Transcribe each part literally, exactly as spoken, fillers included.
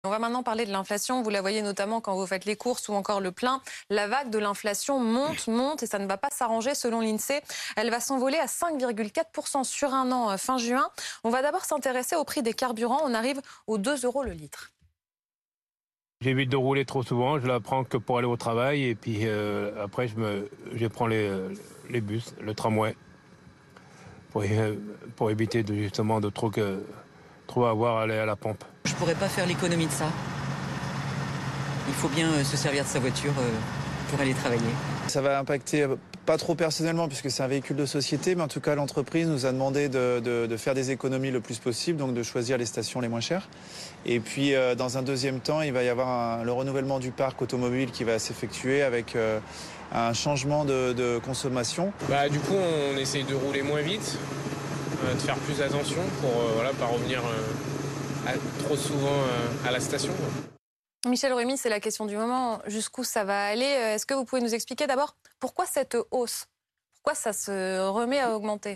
On va maintenant parler de l'inflation. Vous la voyez notamment quand vous faites les courses ou encore le plein. La vague de l'inflation monte, monte et ça ne va pas s'arranger selon l'INSEE. Elle va s'envoler à cinq virgule quatre pour cent sur un an fin juin. On va d'abord s'intéresser au prix des carburants. On arrive aux deux euros le litre. J'évite de rouler trop souvent, je la prends que pour aller au travail et puis euh, après je, me, je prends les, les bus, le tramway pour, pour éviter de, justement de trop, que, trop avoir à aller à la pompe. Je pourrais pas faire l'économie de ça. Il faut bien se servir de sa voiture pour aller travailler. Ça va impacter pas trop personnellement puisque c'est un véhicule de société, mais en tout cas l'entreprise nous a demandé de, de, de faire des économies le plus possible, donc de choisir les stations les moins chères. Et puis euh, dans un deuxième temps, il va y avoir un, le renouvellement du parc automobile qui va s'effectuer avec euh, un changement de, de consommation. Bah, du coup, on essaye de rouler moins vite, euh, de faire plus attention pour euh, voilà, pas revenir euh, à, trop souvent euh, à la station. Michel Remy, c'est la question du moment. Jusqu'où ça va aller? Est-ce que vous pouvez nous expliquer d'abord pourquoi cette hausse? Pourquoi ça se remet à augmenter?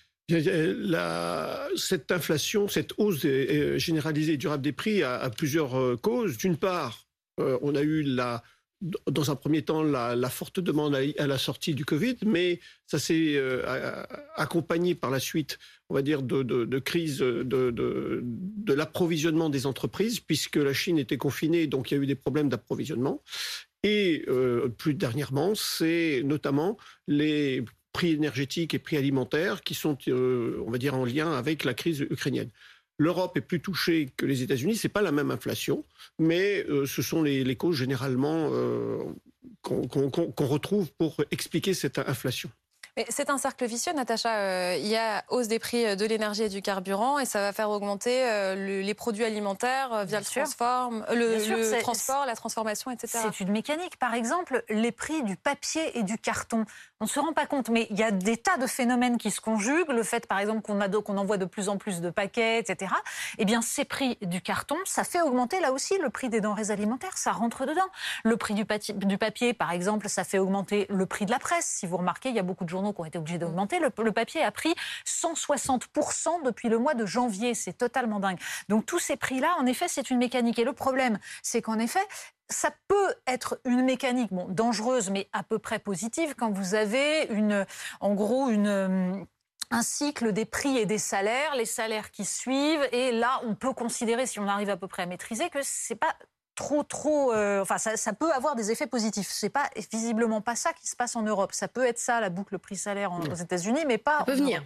La, cette inflation, cette hausse généralisée et durable des prix a, a plusieurs euh, causes. D'une part, euh, on a eu la, dans un premier temps la, la forte demande à, à la sortie du Covid, mais ça s'est euh, accompagné par la suite, on va dire, de, de, de crise de, de, de l'approvisionnement des entreprises, puisque la Chine était confinée, donc il y a eu des problèmes d'approvisionnement. Et euh, plus dernièrement, c'est notamment les prix énergétiques et prix alimentaires qui sont, euh, on va dire, en lien avec la crise ukrainienne. L'Europe est plus touchée que les États-Unis. C'est pas la même inflation, mais euh, ce sont les, les causes généralement euh, qu'on, qu'on, qu'on retrouve pour expliquer cette inflation. Mais c'est un cercle vicieux, Natacha. Euh, il y a hausse des prix de l'énergie et du carburant et ça va faire augmenter euh, le, les produits alimentaires euh, via le, transforme, euh, le, sûr, le transport, la transformation, et cetera. C'est une mécanique. Par exemple, les prix du papier et du carton. On ne se rend pas compte, mais il y a des tas de phénomènes qui se conjuguent. Le fait, par exemple, qu'on, a de, qu'on envoie de plus en plus de paquets, et cetera. Eh bien, ces prix du carton, ça fait augmenter là aussi le prix des denrées alimentaires. Ça rentre dedans. Le prix du, pati- du papier, par exemple, ça fait augmenter le prix de la presse. Si vous remarquez, il y a beaucoup de journaux qui ont été obligés d'augmenter. Le, le papier a pris cent soixante pour cent depuis le mois de janvier. C'est totalement dingue. Donc, tous ces prix-là, en effet, c'est une mécanique. Et le problème, c'est qu'en effet, ça peut être une mécanique bon, dangereuse, mais à peu près positive quand vous avez une, en gros une, un cycle des prix et des salaires, les salaires qui suivent. Et là, on peut considérer, si on arrive à peu près à maîtriser, que c'est pas trop, trop... Euh, enfin, ça, ça peut avoir des effets positifs. C'est pas visiblement pas ça qui se passe en Europe. Ça peut être ça, la boucle prix-salaire en, aux États-Unis, mais pas ça peut en venir. Europe.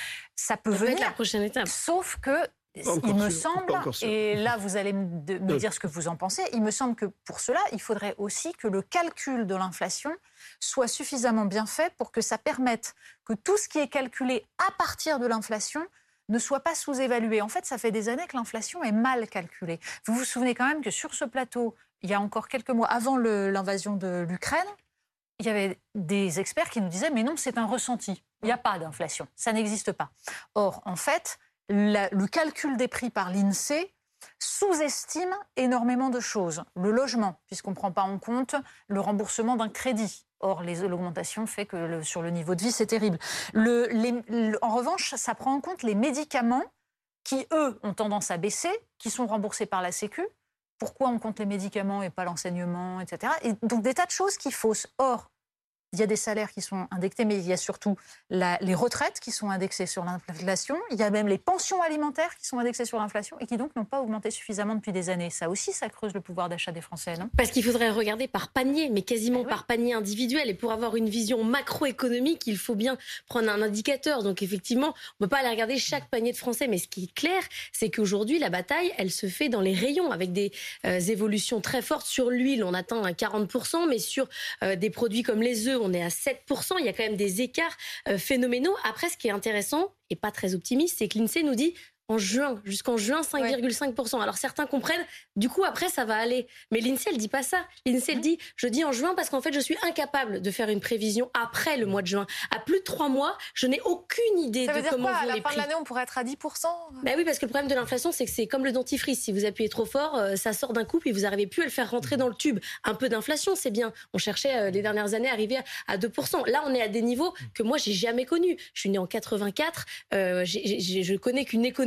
Ça peut ça venir. Peut être la prochaine étape. Sauf que il me semble, et là vous allez me, me dire ce que vous en pensez, il me semble que pour cela, il faudrait aussi que le calcul de l'inflation soit suffisamment bien fait pour que ça permette que tout ce qui est calculé à partir de l'inflation ne soit pas sous-évalué. En fait, ça fait des années que l'inflation est mal calculée. Vous vous souvenez quand même que sur ce plateau, il y a encore quelques mois, avant le, l'invasion de l'Ukraine, il y avait des experts qui nous disaient « mais non, c'est un ressenti, il n'y a pas d'inflation, ça n'existe pas ». Or, en fait, La, le calcul des prix par l'INSEE sous-estime énormément de choses. Le logement, puisqu'on ne prend pas en compte le remboursement d'un crédit. Or, les, l'augmentation fait que le, sur le niveau de vie, c'est terrible. Le, les, le, en revanche, ça prend en compte les médicaments qui, eux, ont tendance à baisser, qui sont remboursés par la Sécu. Pourquoi on compte les médicaments et pas l'enseignement, et cetera. Et donc, des tas de choses qui faussent. Or, il y a des salaires qui sont indexés, mais il y a surtout la, les retraites qui sont indexées sur l'inflation. Il y a même les pensions alimentaires qui sont indexées sur l'inflation et qui donc n'ont pas augmenté suffisamment depuis des années. Ça aussi, ça creuse le pouvoir d'achat des Français, non ? Parce qu'il faudrait regarder par panier, mais quasiment eh par oui. panier individuel. Et pour avoir une vision macroéconomique, il faut bien prendre un indicateur. Donc effectivement, on ne peut pas aller regarder chaque panier de Français. Mais ce qui est clair, c'est qu'aujourd'hui, la bataille, elle se fait dans les rayons avec des euh, évolutions très fortes. Sur l'huile, on atteint un quarante pour cent, mais sur euh, des produits comme les œufs, on est à sept pour cent. Il y a quand même des écarts euh, phénoménaux. Après, ce qui est intéressant et pas très optimiste, c'est que l'INSEE nous dit en juin, jusqu'en juin, cinq virgule cinq pour cent. Ouais. Alors certains comprennent, du coup après ça va aller. Mais l'INSEE, elle dit pas ça. L'INSEE, elle dit, je dis en juin parce qu'en fait je suis incapable de faire une prévision après le mois de juin. À plus de trois mois, je n'ai aucune idée ça veut de dire comment quoi, vont les prix. À la fin de l'année, on pourrait être à dix pour cent Ben oui, parce que le problème de l'inflation, c'est que c'est comme le dentifrice. Si vous appuyez trop fort, euh, ça sort d'un coup et vous n'arrivez plus à le faire rentrer dans le tube. Un peu d'inflation, c'est bien. On cherchait euh, les dernières années à arriver à, à deux pour cent. Là, on est à des niveaux que moi, j'ai jamais connus. Je suis née en quatre-vingt-quatre. Euh, j'ai, j'ai, je connais qu'une économie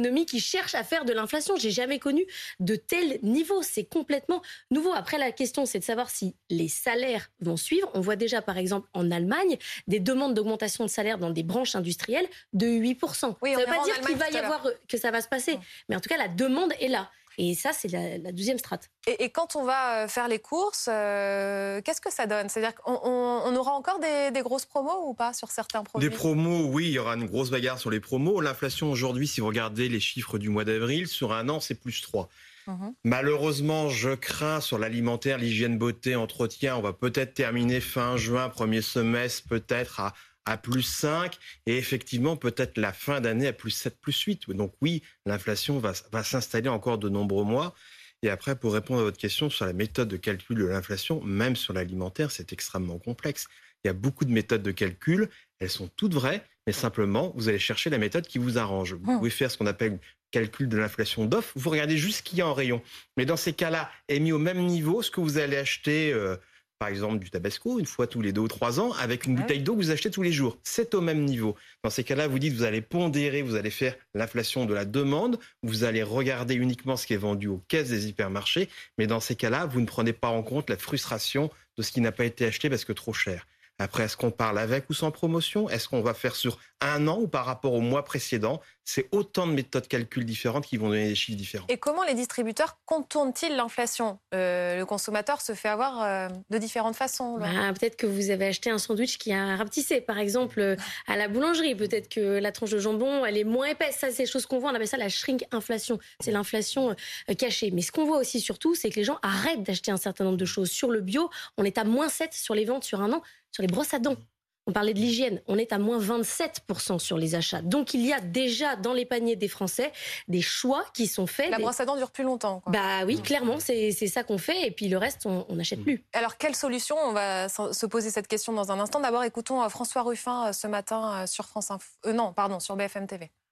économie qui cherche à faire de l'inflation. J'ai jamais connu de tel niveau. C'est complètement nouveau. Après, la question, c'est de savoir si les salaires vont suivre. On voit déjà, par exemple, en Allemagne, des demandes d'augmentation de salaire dans des branches industrielles de huit pour cent. Oui, ça ne veut pas dire qu'il va y avoir, que ça va se passer. Non. Mais en tout cas, la demande est là. Et ça, c'est la, la deuxième strate. Et, et quand on va faire les courses, euh, qu'est-ce que ça donne ? C'est-à-dire qu'on on, on aura encore des, des grosses promos ou pas sur certains produits ? Des promos, oui, il y aura une grosse bagarre sur les promos. L'inflation aujourd'hui, si vous regardez les chiffres du mois d'avril, sur un an, c'est plus trois. Mmh. Malheureusement, je crains sur l'alimentaire, l'hygiène, beauté, entretien, on va peut-être terminer fin juin, premier semestre, peut-être à... à plus cinq, et effectivement, peut-être la fin d'année à plus sept, plus huit. Donc oui, l'inflation va, va s'installer encore de nombreux mois. Et après, pour répondre à votre question sur la méthode de calcul de l'inflation, même sur l'alimentaire, c'est extrêmement complexe. Il y a beaucoup de méthodes de calcul, elles sont toutes vraies, mais simplement, vous allez chercher la méthode qui vous arrange. Vous pouvez faire ce qu'on appelle calcul de l'inflation d'offre, vous regardez juste ce qu'il y a en rayon. Mais dans ces cas-là, est mis au même niveau ce que vous allez acheter... Euh, par exemple du Tabasco, une fois tous les deux ou trois ans, avec une bouteille d'eau que vous achetez tous les jours. C'est au même niveau. Dans ces cas-là, vous dites, vous allez pondérer, vous allez faire l'inflation de la demande, vous allez regarder uniquement ce qui est vendu aux caisses des hypermarchés, mais dans ces cas-là, vous ne prenez pas en compte la frustration de ce qui n'a pas été acheté parce que trop cher. Après, est-ce qu'on parle avec ou sans promotion ? Est-ce qu'on va faire sur un an ou par rapport au mois précédent ? C'est autant de méthodes de calcul différentes qui vont donner des chiffres différents. Et comment les distributeurs contournent-ils l'inflation ? euh, Le consommateur se fait avoir euh, de différentes façons. Bah, peut-être que vous avez acheté un sandwich qui a rapetissé, par exemple, à la boulangerie. Peut-être que la tranche de jambon, elle est moins épaisse. Ça, c'est des choses qu'on voit. On appelle ça la shrink-inflation. C'est l'inflation euh, cachée. Mais ce qu'on voit aussi, surtout, c'est que les gens arrêtent d'acheter un certain nombre de choses. Sur le bio, on est à moins sept sur les ventes sur un an. Sur les brosses à dents, on parlait de l'hygiène, on est à moins vingt-sept pour cent sur les achats. Donc il y a déjà dans les paniers des Français des choix qui sont faits. La des... brosse à dents dure plus longtemps, quoi. Bah oui, clairement, c'est, c'est ça qu'on fait. Et puis le reste, on n'achète plus. Alors quelle solution ? On va se poser cette question dans un instant. D'abord, écoutons François Ruffin ce matin sur France Info. Euh, non, pardon, sur B F M T V.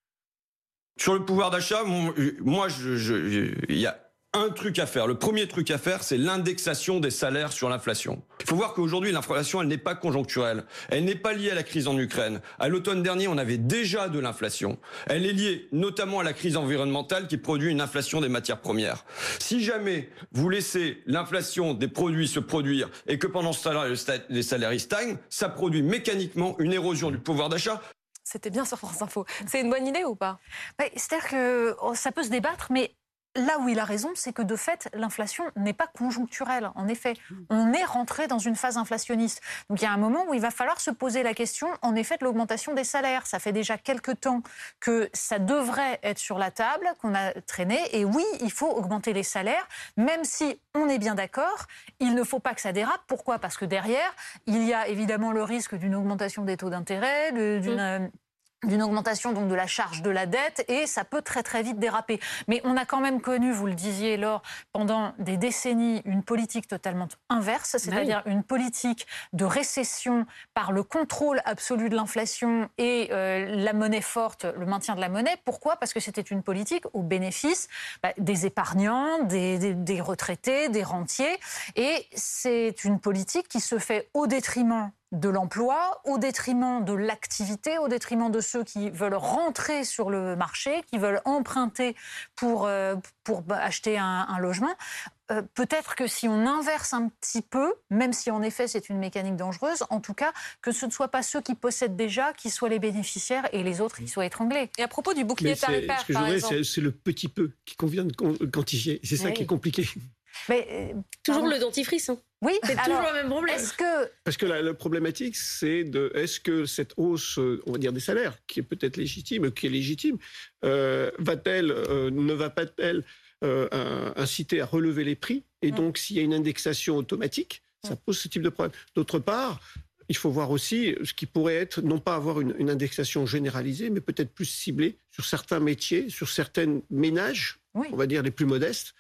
Sur le pouvoir d'achat, moi, je, je, il y a un truc à faire. Le premier truc à faire, c'est l'indexation des salaires sur l'inflation. Il faut voir qu'aujourd'hui, l'inflation, elle n'est pas conjoncturelle. Elle n'est pas liée à la crise en Ukraine. À l'automne dernier, on avait déjà de l'inflation. Elle est liée notamment à la crise environnementale qui produit une inflation des matières premières. Si jamais vous laissez l'inflation des produits se produire et que pendant ce temps-là, les salaires stagnent, ça produit mécaniquement une érosion du pouvoir d'achat. C'était bien sur France Info. C'est une bonne idée ou pas ? C'est-à-dire que ça peut se débattre, mais... Là où il a raison, c'est que de fait, l'inflation n'est pas conjoncturelle. En effet, on est rentré dans une phase inflationniste. Donc il y a un moment où il va falloir se poser la question, en effet, de l'augmentation des salaires. Ça fait déjà quelques temps que ça devrait être sur la table, qu'on a traîné. Et oui, il faut augmenter les salaires, même si on est bien d'accord, il ne faut pas que ça dérape. Pourquoi ? Parce que derrière, il y a évidemment le risque d'une augmentation des taux d'intérêt, de, d'une... Mmh. d'une augmentation donc de la charge de la dette, et ça peut très très vite déraper. Mais on a quand même connu, vous le disiez Laure, pendant des décennies, une politique totalement inverse, c'est-à-dire oui. une politique de récession par le contrôle absolu de l'inflation et euh, la monnaie forte, le maintien de la monnaie. Pourquoi ? Parce que c'était une politique au bénéfice bah, des épargnants, des, des, des retraités, des rentiers, et c'est une politique qui se fait au détriment de l'emploi, au détriment de l'activité, au détriment de ceux qui veulent rentrer sur le marché, qui veulent emprunter pour, euh, pour acheter un, un logement. Euh, peut-être que si on inverse un petit peu, même si en effet c'est une mécanique dangereuse, en tout cas que ce ne soit pas ceux qui possèdent déjà qui soient les bénéficiaires et les autres qui soient étranglés. Et à propos du bouclier tarifaire, ce que par je voudrais, exemple, c'est, c'est le petit peu qui convient de quantifier. C'est ça oui. qui est compliqué. Mais, euh, toujours pardon. Le dentifrice. Hein. Oui, c'est alors, toujours le même problème. Est-ce que... Parce que la, la problématique, c'est de est-ce que cette hausse, on va dire des salaires, qui est peut-être légitime, qui est légitime, euh, va-t-elle, euh, ne va pas-t-elle euh, inciter à relever les prix ? Et donc, mmh. s'il y a une indexation automatique, ça pose ce type de problème. D'autre part, il faut voir aussi ce qui pourrait être, non pas avoir une, une indexation généralisée, mais peut-être plus ciblée sur certains métiers, sur certains ménages, oui. on va dire les plus modestes,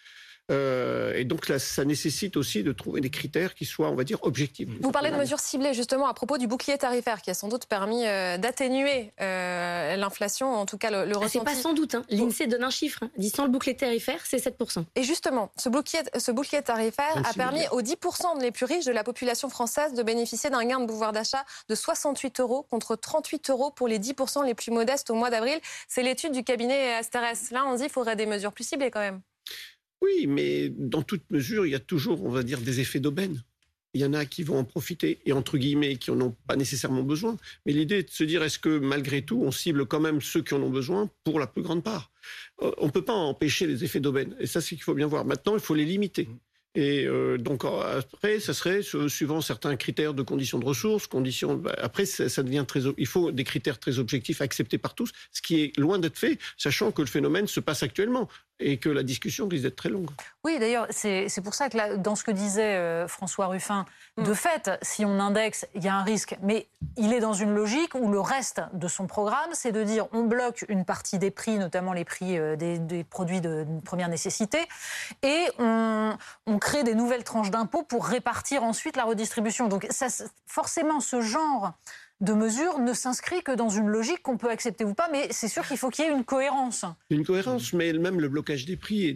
Euh, et donc là, ça nécessite aussi de trouver des critères qui soient, on va dire, objectifs. Vous parlez de mesures ciblées justement à propos du bouclier tarifaire qui a sans doute permis euh, d'atténuer euh, l'inflation, en tout cas le, le ah, ressenti. C'est pas sans doute, hein. l'INSEE donne un chiffre, hein. dit sans le bouclier tarifaire, c'est sept pour cent. Et justement, ce bouclier, ce bouclier tarifaire a permis aux dix pour cent les plus riches de la population française de bénéficier d'un gain de pouvoir d'achat de soixante-huit euros contre trente-huit euros pour les dix pour cent les plus modestes au mois d'avril. C'est l'étude du cabinet Asterès. Là, on dit qu'il faudrait des mesures plus ciblées quand même. Oui, mais dans toute mesure, il y a toujours, on va dire, des effets d'aubaine. Il y en a qui vont en profiter et, entre guillemets, qui n'en ont pas nécessairement besoin. Mais l'idée est de se dire, est-ce que, malgré tout, on cible quand même ceux qui en ont besoin pour la plus grande part ? On ne peut pas empêcher les effets d'aubaine. Et ça, c'est qu'il faut bien voir. Maintenant, il faut les limiter. Et euh, donc après, ça serait suivant certains critères de conditions de ressources, conditions. Bah, après, ça, ça devient très. Il faut des critères très objectifs acceptés par tous, ce qui est loin d'être fait, sachant que le phénomène se passe actuellement et que la discussion risque d'être très longue. Oui, d'ailleurs, c'est, c'est pour ça que là, dans ce que disait euh, François Ruffin, mmh. de fait, si on indexe, il y a un risque, mais il est dans une logique où le reste de son programme, c'est de dire on bloque une partie des prix, notamment les prix euh, des, des produits de première nécessité, et on, on crée des nouvelles tranches d'impôts pour répartir ensuite la redistribution. Donc ça, forcément, ce genre de mesures ne s'inscrit que dans une logique qu'on peut accepter ou pas, mais c'est sûr qu'il faut qu'il y ait une cohérence. Une cohérence, mais même le blocage des prix,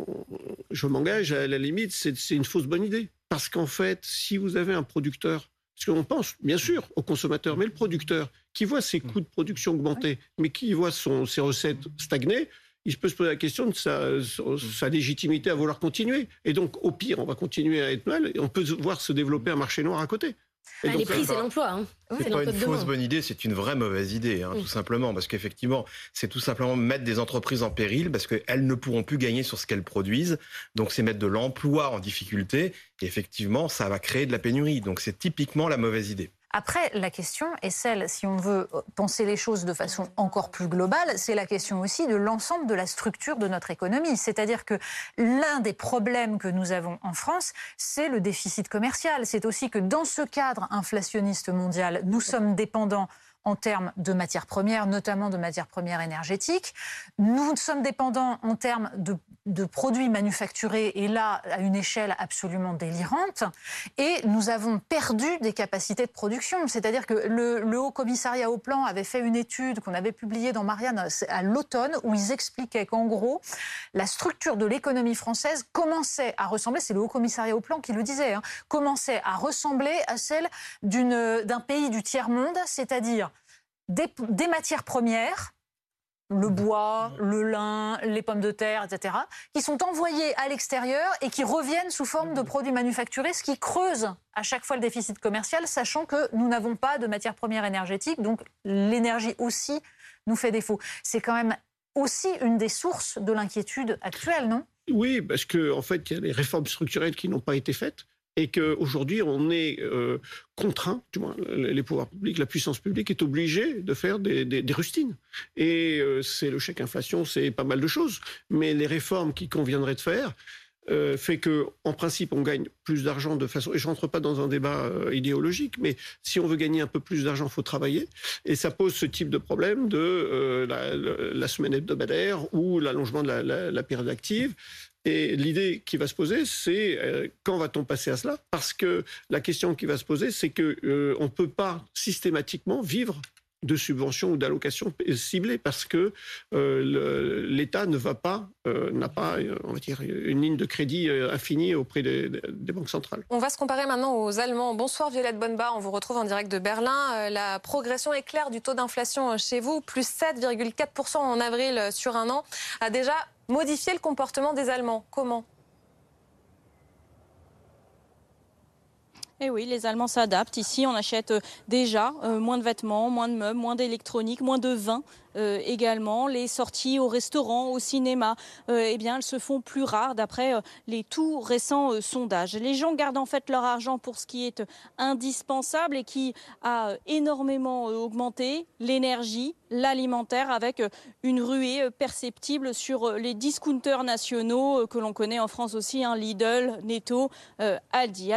je m'engage, à la limite, c'est, c'est une fausse bonne idée. Parce qu'en fait, si vous avez un producteur, parce qu'on pense bien sûr au consommateur, mais le producteur qui voit ses coûts de production augmenter, mais qui voit son, ses recettes stagner, il peut se poser la question de sa, sa légitimité à vouloir continuer. Et donc, au pire, on va continuer à être mal, et on peut voir se développer un marché noir à côté. Ah, les prix, c'est l'emploi. Hein. C'est c'est pas une fausse demain. bonne idée, c'est une vraie mauvaise idée, hein, oui. tout simplement. Parce qu'effectivement, c'est tout simplement mettre des entreprises en péril parce qu'elles ne pourront plus gagner sur ce qu'elles produisent. Donc, c'est mettre de l'emploi en difficulté. Et effectivement, ça va créer de la pénurie. Donc, c'est typiquement la mauvaise idée. Après, la question est celle, si on veut penser les choses de façon encore plus globale, c'est la question aussi de l'ensemble de la structure de notre économie. C'est-à-dire que l'un des problèmes que nous avons en France, c'est le déficit commercial. C'est aussi que dans ce cadre inflationniste mondial, nous sommes dépendants en termes de matières premières, notamment de matières premières énergétiques. Nous sommes dépendants en termes de, de produits manufacturés, et là, à une échelle absolument délirante. Et nous avons perdu des capacités de production. C'est-à-dire que le, le Haut Commissariat au Plan avait fait une étude qu'on avait publiée dans Marianne à l'automne, où ils expliquaient qu'en gros, la structure de l'économie française commençait à ressembler, c'est le Haut Commissariat au Plan qui le disait, hein, commençait à ressembler à celle d'une, d'un pays du tiers-monde, c'est-à-dire Des, des matières premières, le bois, le lin, les pommes de terre, et cetera, qui sont envoyées à l'extérieur et qui reviennent sous forme de produits manufacturés, ce qui creuse à chaque fois le déficit commercial, sachant que nous n'avons pas de matières premières énergétiques, donc l'énergie aussi nous fait défaut. C'est quand même aussi une des sources de l'inquiétude actuelle, non ? Oui, parce qu'en en fait, il y a des réformes structurelles qui n'ont pas été faites. Et qu'aujourd'hui, on est euh, contraint, du moins les pouvoirs publics, la puissance publique est obligée de faire des, des, des rustines. Et euh, c'est le chèque inflation, c'est pas mal de choses. Mais les réformes qu'il conviendrait de faire euh, fait qu'en principe, on gagne plus d'argent de façon... Et je ne rentre pas dans un débat euh, idéologique, mais si on veut gagner un peu plus d'argent, il faut travailler. Et ça pose ce type de problème de euh, la, la semaine hebdomadaire ou l'allongement de la, la, la période active. Et l'idée qui va se poser, c'est euh, quand va-t-on passer à cela ? Parce que la question qui va se poser, c'est qu'on euh, ne peut pas systématiquement vivre de subventions ou d'allocations ciblées parce que euh, le, l'État ne va pas, euh, n'a pas, on va dire, une ligne de crédit infinie auprès des, des banques centrales. On va se comparer maintenant aux Allemands. Bonsoir Violette Bonnebach, on vous retrouve en direct de Berlin. La progression éclair du taux d'inflation chez vous, plus sept virgule quatre pour cent en avril sur un an, a déjà modifié le comportement des Allemands. Comment ? Eh oui, les Allemands s'adaptent. Ici, on achète déjà euh, moins de vêtements, moins de meubles, moins d'électronique, moins de vin euh, également. Les sorties au restaurant, au cinéma, euh, eh bien, elles se font plus rares d'après euh, les tout récents euh, sondages. Les gens gardent en fait leur argent pour ce qui est euh, indispensable et qui a euh, énormément euh, augmenté, l'énergie, l'alimentaire, avec euh, une ruée euh, perceptible sur euh, les discounters nationaux euh, que l'on connaît en France aussi, hein, Lidl, Netto, euh, Aldi. Alors,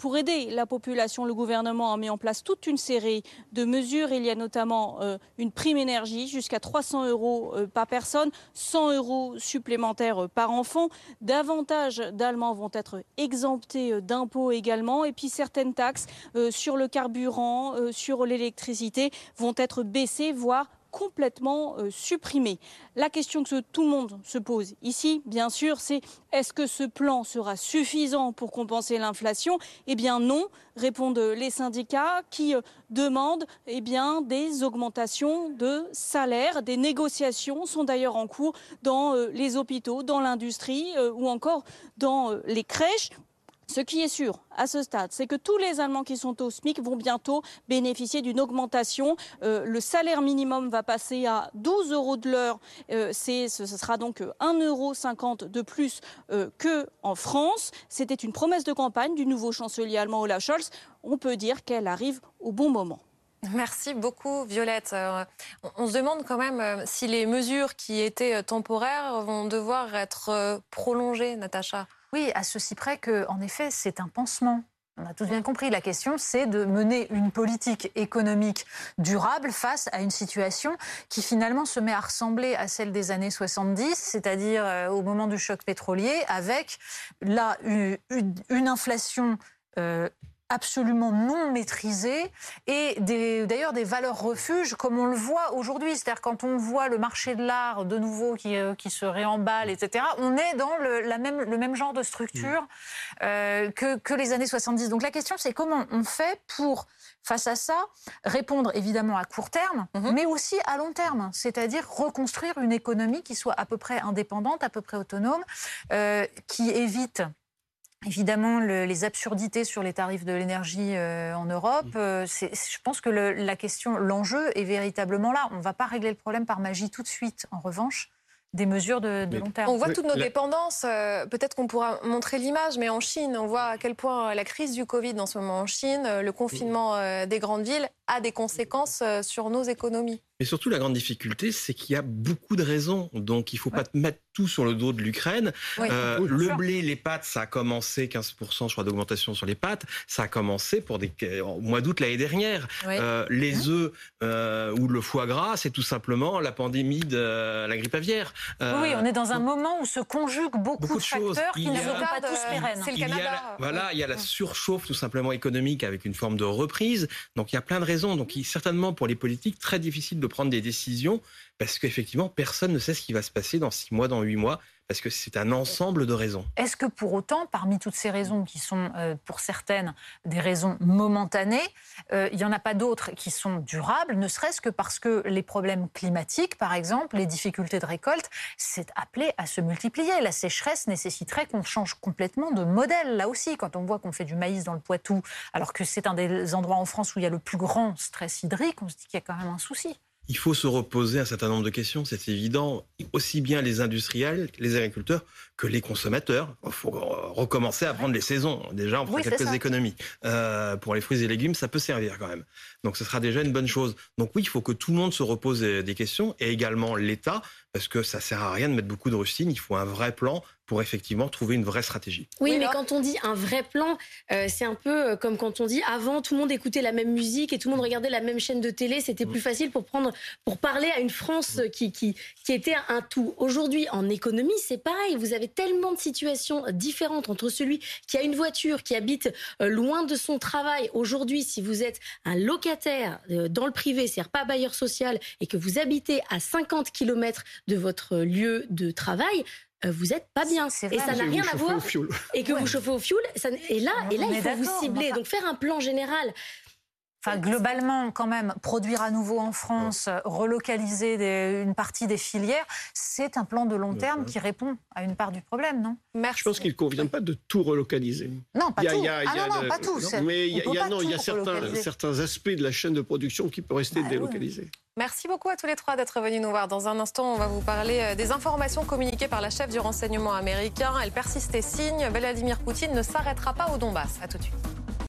pour aider la population, le gouvernement a mis en place toute une série de mesures. Il y a notamment euh, une prime énergie jusqu'à trois cents euros euh, par personne, cent euros supplémentaires euh, par enfant. Davantage d'Allemands vont être exemptés euh, d'impôts également. Et puis certaines taxes euh, sur le carburant, euh, sur l'électricité vont être baissées, voire complètement euh, supprimé. La question que tout le monde se pose ici, bien sûr, c'est est-ce que ce plan sera suffisant pour compenser l'inflation ? Eh bien non, répondent les syndicats qui euh, demandent eh bien, des augmentations de salaire. Des négociations sont d'ailleurs en cours dans euh, les hôpitaux, dans l'industrie euh, ou encore dans euh, les crèches. Ce qui est sûr à ce stade, c'est que tous les Allemands qui sont au SMIC vont bientôt bénéficier d'une augmentation. Euh, le salaire minimum va passer à douze euros de l'heure. Euh, c'est, ce sera donc un euro cinquante de plus euh, qu'en France. C'était une promesse de campagne du nouveau chancelier allemand Olaf Scholz. On peut dire qu'elle arrive au bon moment. Merci beaucoup, Violette. Euh, on se demande quand même euh, si les mesures qui étaient euh, temporaires vont devoir être euh, prolongées, Natacha. Oui, à ceci près qu'en effet, c'est un pansement. On a tous bien compris. La question, c'est de mener une politique économique durable face à une situation qui finalement se met à ressembler à celle des années soixante-dix, c'est-à-dire euh, au moment du choc pétrolier, avec là une, une inflation euh, absolument non maîtrisée et des, d'ailleurs des valeurs refuges comme on le voit aujourd'hui. C'est-à-dire quand on voit le marché de l'art de nouveau qui, euh, qui se réemballe, et cetera, on est dans le, la même, le même genre de structure euh, que, que les années soixante-dix. Donc la question, c'est comment on fait pour, face à ça, répondre évidemment à court terme, mm-hmm. mais aussi à long terme. C'est-à-dire reconstruire une économie qui soit à peu près indépendante, à peu près autonome, euh, qui évite... Évidemment, le, les absurdités sur les tarifs de l'énergie euh, en Europe, euh, c'est, je pense que le, la question, l'enjeu est véritablement là. On ne va pas régler le problème par magie tout de suite. En revanche, des mesures de, de long terme. On voit toutes nos dépendances. Euh, peut-être qu'on pourra montrer l'image, mais en Chine, on voit à quel point la crise du Covid en ce moment en Chine, le confinement euh, des grandes villes a des conséquences euh, sur nos économies. Mais surtout, la grande difficulté, c'est qu'il y a beaucoup de raisons. Donc, il ne faut ouais. pas mettre tout sur le dos de l'Ukraine. Oui, euh, oui, le sûr. blé, les pâtes, ça a commencé quinze pour cent, je crois, d'augmentation sur les pâtes. Ça a commencé pour des, au mois d'août l'année dernière. Oui. Euh, les œufs euh, ou le foie gras, c'est tout simplement la pandémie de la grippe aviaire. Euh, oui, on est dans un moment où se conjuguent beaucoup, beaucoup de, de facteurs choses. qui ne sont pas tous pérennes. C'est le Canada. Il y a la, voilà, il y a la surchauffe tout simplement économique avec une forme de reprise. Donc, il y a plein de raisons. Donc, il, certainement, pour les politiques, très difficile de prendre des décisions parce qu'effectivement, personne ne sait ce qui va se passer dans six mois, dans huit mois, parce que c'est un ensemble de raisons. Est-ce que pour autant, parmi toutes ces raisons qui sont, euh, pour certaines, des raisons momentanées, euh, il n'y en a pas d'autres qui sont durables, ne serait-ce que parce que les problèmes climatiques, par exemple, les difficultés de récolte, c'est appelé à se multiplier. La sécheresse nécessiterait qu'on change complètement de modèle. Là aussi, quand on voit qu'on fait du maïs dans le Poitou, alors que c'est un des endroits en France où il y a le plus grand stress hydrique, on se dit qu'il y a quand même un souci. Il faut se reposer un certain nombre de questions, c'est évident. Aussi bien les industriels, les agriculteurs, que les consommateurs. Il faut recommencer à prendre les saisons. Déjà, on fera oui, quelques économies. Euh, pour les fruits et légumes, ça peut servir quand même. Donc, ce sera déjà une bonne chose. Donc oui, il faut que tout le monde se repose des questions, et également l'État, parce que ça sert à rien de mettre beaucoup de rustines. Il faut un vrai plan pour effectivement trouver une vraie stratégie. Oui, oui mais quand on dit un vrai plan, euh, c'est un peu comme quand on dit avant, tout le monde écoutait la même musique et tout le monde regardait la même chaîne de télé. C'était plus facile pour prendre, pour parler à une France qui, qui, qui était un tout. Aujourd'hui, en économie, c'est pareil. Vous avez tellement de situations différentes entre celui qui a une voiture, qui habite loin de son travail. Aujourd'hui, si vous êtes un locataire dans le privé, c'est-à-dire pas bailleur social, et que vous habitez à cinquante kilomètres de votre lieu de travail, vous n'êtes pas bien. Vrai, et ça n'a rien à voir. Et que ouais. vous chauffez au fioul. Ça, et là, et là il faut vous cibler. Enfin, donc faire un plan général. Enfin, globalement, quand même, produire à nouveau en France, ouais. relocaliser des, une partie des filières, c'est un plan de long terme ouais. qui répond à une part du problème, non ? Merci. Je pense qu'il ne convient pas de tout relocaliser. Non, pas il y a, tout. Il y a, ah il y a non, non, le, pas tout. Non, mais il y a, il y a, non, il y a certains, certains aspects de la chaîne de production qui peuvent rester bah, délocalisés. Ouais. Merci beaucoup à tous les trois d'être venus nous voir. Dans un instant, on va vous parler des informations communiquées par la chef du renseignement américain. Elle persiste et signe. Vladimir Poutine ne s'arrêtera pas au Donbass. À tout de suite.